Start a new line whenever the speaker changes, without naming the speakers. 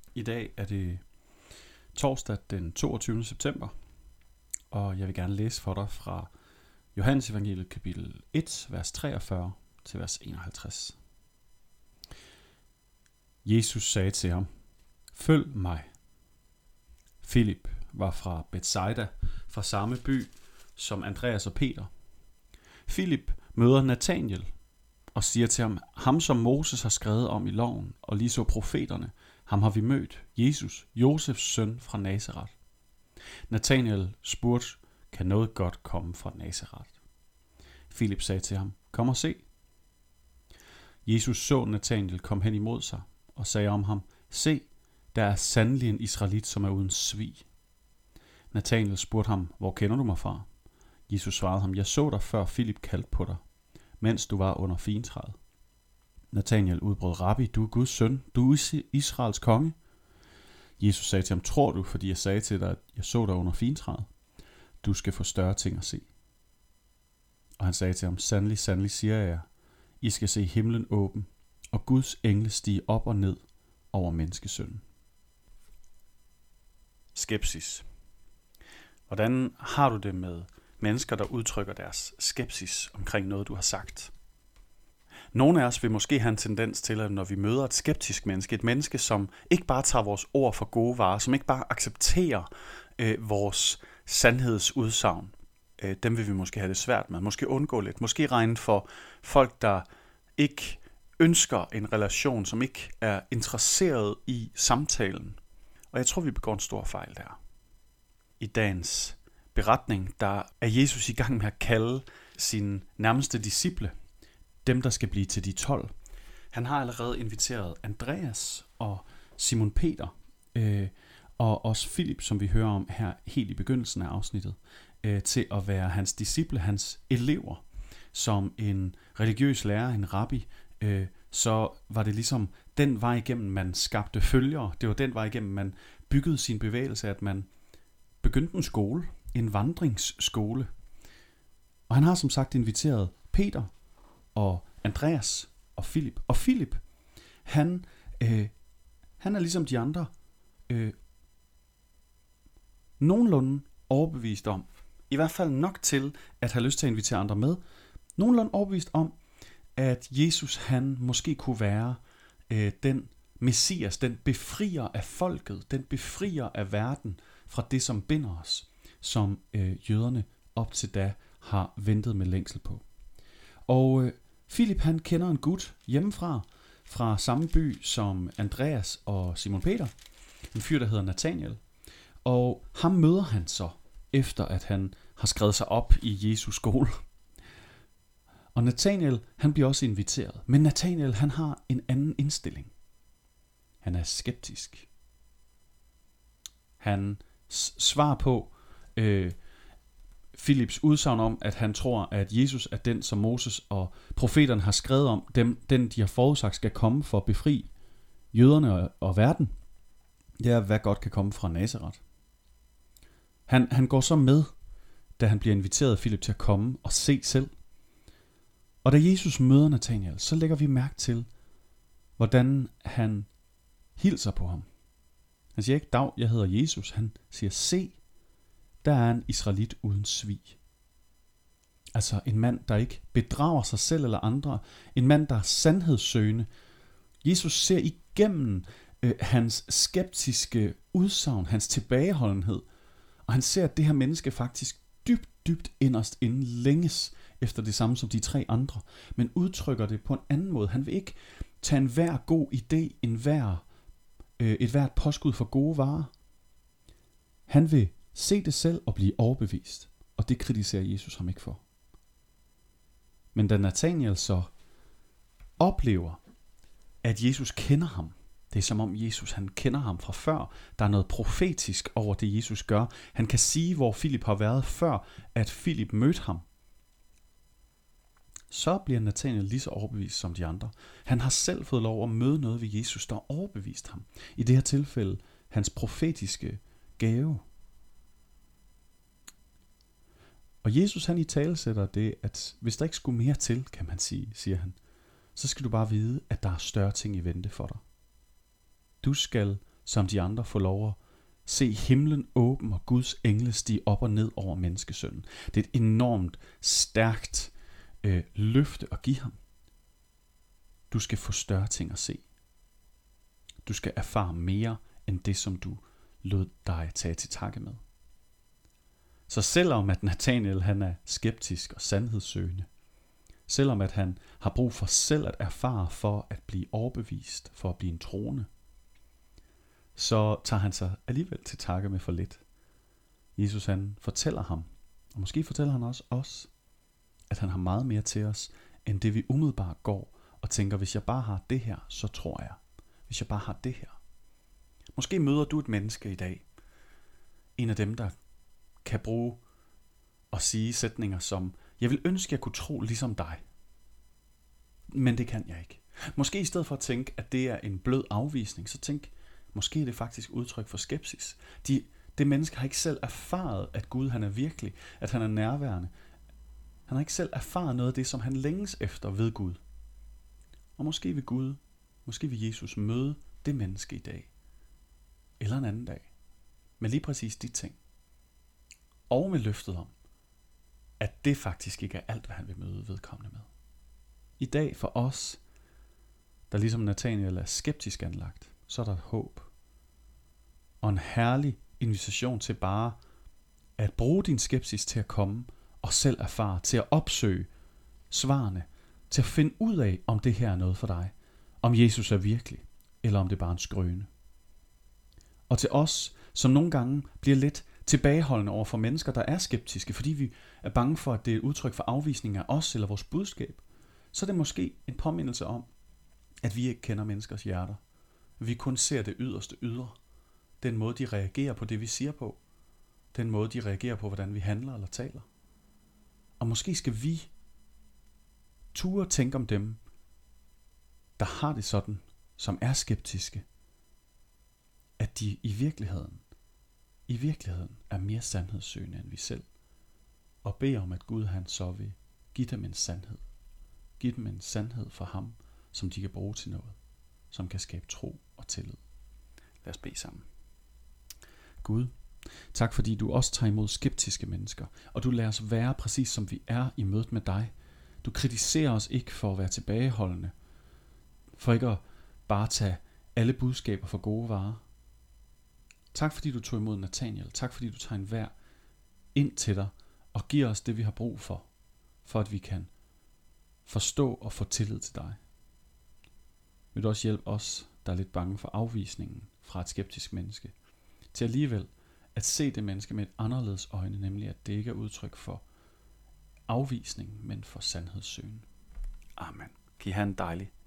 I dag er det torsdag den 22. september, og jeg vil gerne læse for dig fra Johannes evangeliet kapitel 1, vers 43 til vers 51. Jesus sagde til ham, følg mig. Filip var fra Bethsaida, fra samme by som Andreas og Peter. Filip møder Nathanael og siger til ham som Moses har skrevet om i loven, og lige så profeterne, ham har vi mødt, Jesus, Josefs søn fra Nazaret. Nathanael spurgte, kan noget godt komme fra Nazaret? Filip sagde til ham, kom og se. Jesus så Nathanael komme hen imod sig og sagde om ham, se, der er sandelig en israelit, som er uden svig. Nathanael spurgte ham, hvor kender du mig fra? Jesus svarede ham, jeg så dig før Filip kaldte på dig, mens du var under figentræet. Nathanael udbrød, rabbi, du er Guds søn, du er Israels konge. Jesus sagde til ham, tror du, fordi jeg sagde til dig, at jeg så dig under figentræet? Du skal få større ting at se. Og han sagde til ham, sandelig, sandelig siger jeg jer, I skal se himlen åben, og Guds engle stige op og ned over menneskesønnen. Skepsis. Hvordan har du det med mennesker, der udtrykker deres skepsis omkring noget, du har sagt? Nogle af os vil måske have en tendens til, at når vi møder et skeptisk menneske, et menneske, som ikke bare tager vores ord for gode varer, som ikke bare accepterer vores sandhedsudsagn, dem vil vi måske have det svært med, måske undgå lidt, måske regne for folk, der ikke ønsker en relation, som ikke er interesseret i samtalen. Og jeg tror, vi begår en stor fejl der. I dagens beretning, der er Jesus i gang med at kalde sine nærmeste disciple, dem der skal blive til de 12. Han har allerede inviteret Andreas og Simon Peter, og også Filip, som vi hører om her helt i begyndelsen af afsnittet, til at være hans disciple, hans elever. Som en religiøs lærer, en rabbi, så var det ligesom den vej igennem, man skabte følgere. Det var den vej igennem, man byggede sin bevægelse, at man begyndte en skole, en vandringsskole. Og han har som sagt inviteret Peter og Andreas og Filip. Og Filip, han er ligesom de andre nogenlunde overbevist om, i hvert fald nok til at have lyst til at invitere andre med, nogenlunde overbevist om, at Jesus han måske kunne være den Messias, den befrier af folket, den befrier af verden fra det, som binder os, som jøderne op til da har ventet med længsel på. Og Filip han kender en gut hjemmefra, fra samme by som Andreas og Simon Peter, en fyr, der hedder Nathanael. Og ham møder han så, efter at han har skrevet sig op i Jesus skole. Og Nathanael, han bliver også inviteret. Men Nathanael, han har en anden indstilling. Han er skeptisk. Han svarer på Filips udsagn om, at han tror, at Jesus er den, som Moses og profeterne har skrevet om, den de har forudsagt skal komme for at befri jøderne og verden. Det er, hvad godt kan komme fra Nazaret. Han går så med, da han bliver inviteret af Filip til at komme og se selv. Og da Jesus møder Nathanael, så lægger vi mærke til, hvordan han hilser på ham. Han siger ikke, dag, jeg hedder Jesus. Han siger, se, der er en israelit uden svig. Altså en mand, der ikke bedrager sig selv eller andre. En mand, der er sandhedssøgende. Jesus ser igennem hans skeptiske udsagn, hans tilbageholdenhed. Og han ser, at det her menneske faktisk dybt inderst inden længes efter det samme som de 3 andre. Men udtrykker det på en anden måde. Han vil ikke tage enhver god idé, et hvert påskud for gode varer. Han vil se det selv og blive overbevist. Og det kritiserer Jesus ham ikke for. Men da Nathanael så oplever, at Jesus kender ham, det er som om Jesus han kender ham fra før. Der er noget profetisk over det Jesus gør. Han kan sige, hvor Filip har været før, at Filip mødte ham. Så bliver Nathanael lige så overbevist som de andre. Han har selv fået lov at møde noget ved Jesus, der har overbevist ham. I det her tilfælde hans profetiske gave. Og Jesus han italesætter det, at hvis der ikke skulle mere til, kan man sige, siger han, så skal du bare vide, at der er større ting i vente for dig. Du skal som de andre får lov at se himlen åben og Guds engle stige op og ned over menneskesønnen. Det er et enormt stærkt løfte at give ham. Du skal få større ting at se. Du skal erfare mere end det, som du lod dig tage til takke med. Så selvom at Nathanael han er skeptisk og sandhedssøgende, selvom at han har brug for selv at erfare for at blive overbevist, for at blive en troende, så tager han sig alligevel til takke med for lidt. Jesus han fortæller ham, og måske fortæller han også os, at han har meget mere til os, end det vi umiddelbart går og tænker, hvis jeg bare har det her, så tror jeg. Hvis jeg bare har det her. Måske møder du et menneske i dag, en af dem, der kan bruge og sige sætninger som, jeg vil ønske, jeg kunne tro ligesom dig, men det kan jeg ikke. Måske i stedet for at tænke, at det er en blød afvisning, så tænk, måske er det faktisk udtryk for skepsis. Det menneske har ikke selv erfaret, at Gud han er virkelig, at han er nærværende. Han har ikke selv erfaret noget af det, som han længes efter ved Gud. Og måske vil Jesus møde det menneske i dag, eller en anden dag, med lige præcis de ting. Og med løftet om, at det faktisk ikke er alt, hvad han vil møde vedkommende med. I dag for os, der ligesom Nathanael er skeptisk anlagt, så er der et håb. Og en herlig invitation til bare at bruge din skepsis til at komme og selv erfare, til at opsøge svarene, til at finde ud af, om det her er noget for dig. Om Jesus er virkelig, eller om det er bare en skrøne. Og til os, som nogle gange bliver lidt tilbageholdende over for mennesker, der er skeptiske, fordi vi er bange for, at det er et udtryk for afvisning af os eller vores budskab, så er det måske en påmindelse om, at vi ikke kender menneskers hjerter. Vi kun ser det yderste ydre. Den måde, de reagerer på det, vi siger på. Den måde, de reagerer på, hvordan vi handler eller taler. Og måske skal vi ture tænke om dem, der har det sådan, som er skeptiske, at de i virkeligheden er mere sandhedssøgende end vi selv, og beder om, at Gud han så vil give dem en sandhed. Giv dem en sandhed for ham, som de kan bruge til noget, som kan skabe tro og tillid. Lad os bede sammen. Gud, tak fordi du også tager imod skeptiske mennesker, og du lader os være præcis som vi er i mødet med dig. Du kritiserer os ikke for at være tilbageholdende, for ikke at bare tage alle budskaber for gode varer. Tak fordi du tog imod Nathanael. Tak fordi du tager enhver ind til dig og giver os det vi har brug for at vi kan forstå og få tillid til dig. Vil du også hjælpe os, der er lidt bange for afvisningen fra et skeptisk menneske, til alligevel at se det menneske med et anderledes øjne, nemlig at det ikke er udtryk for afvisning, men for sandhedssøgen. Amen. Kan I have en dejlig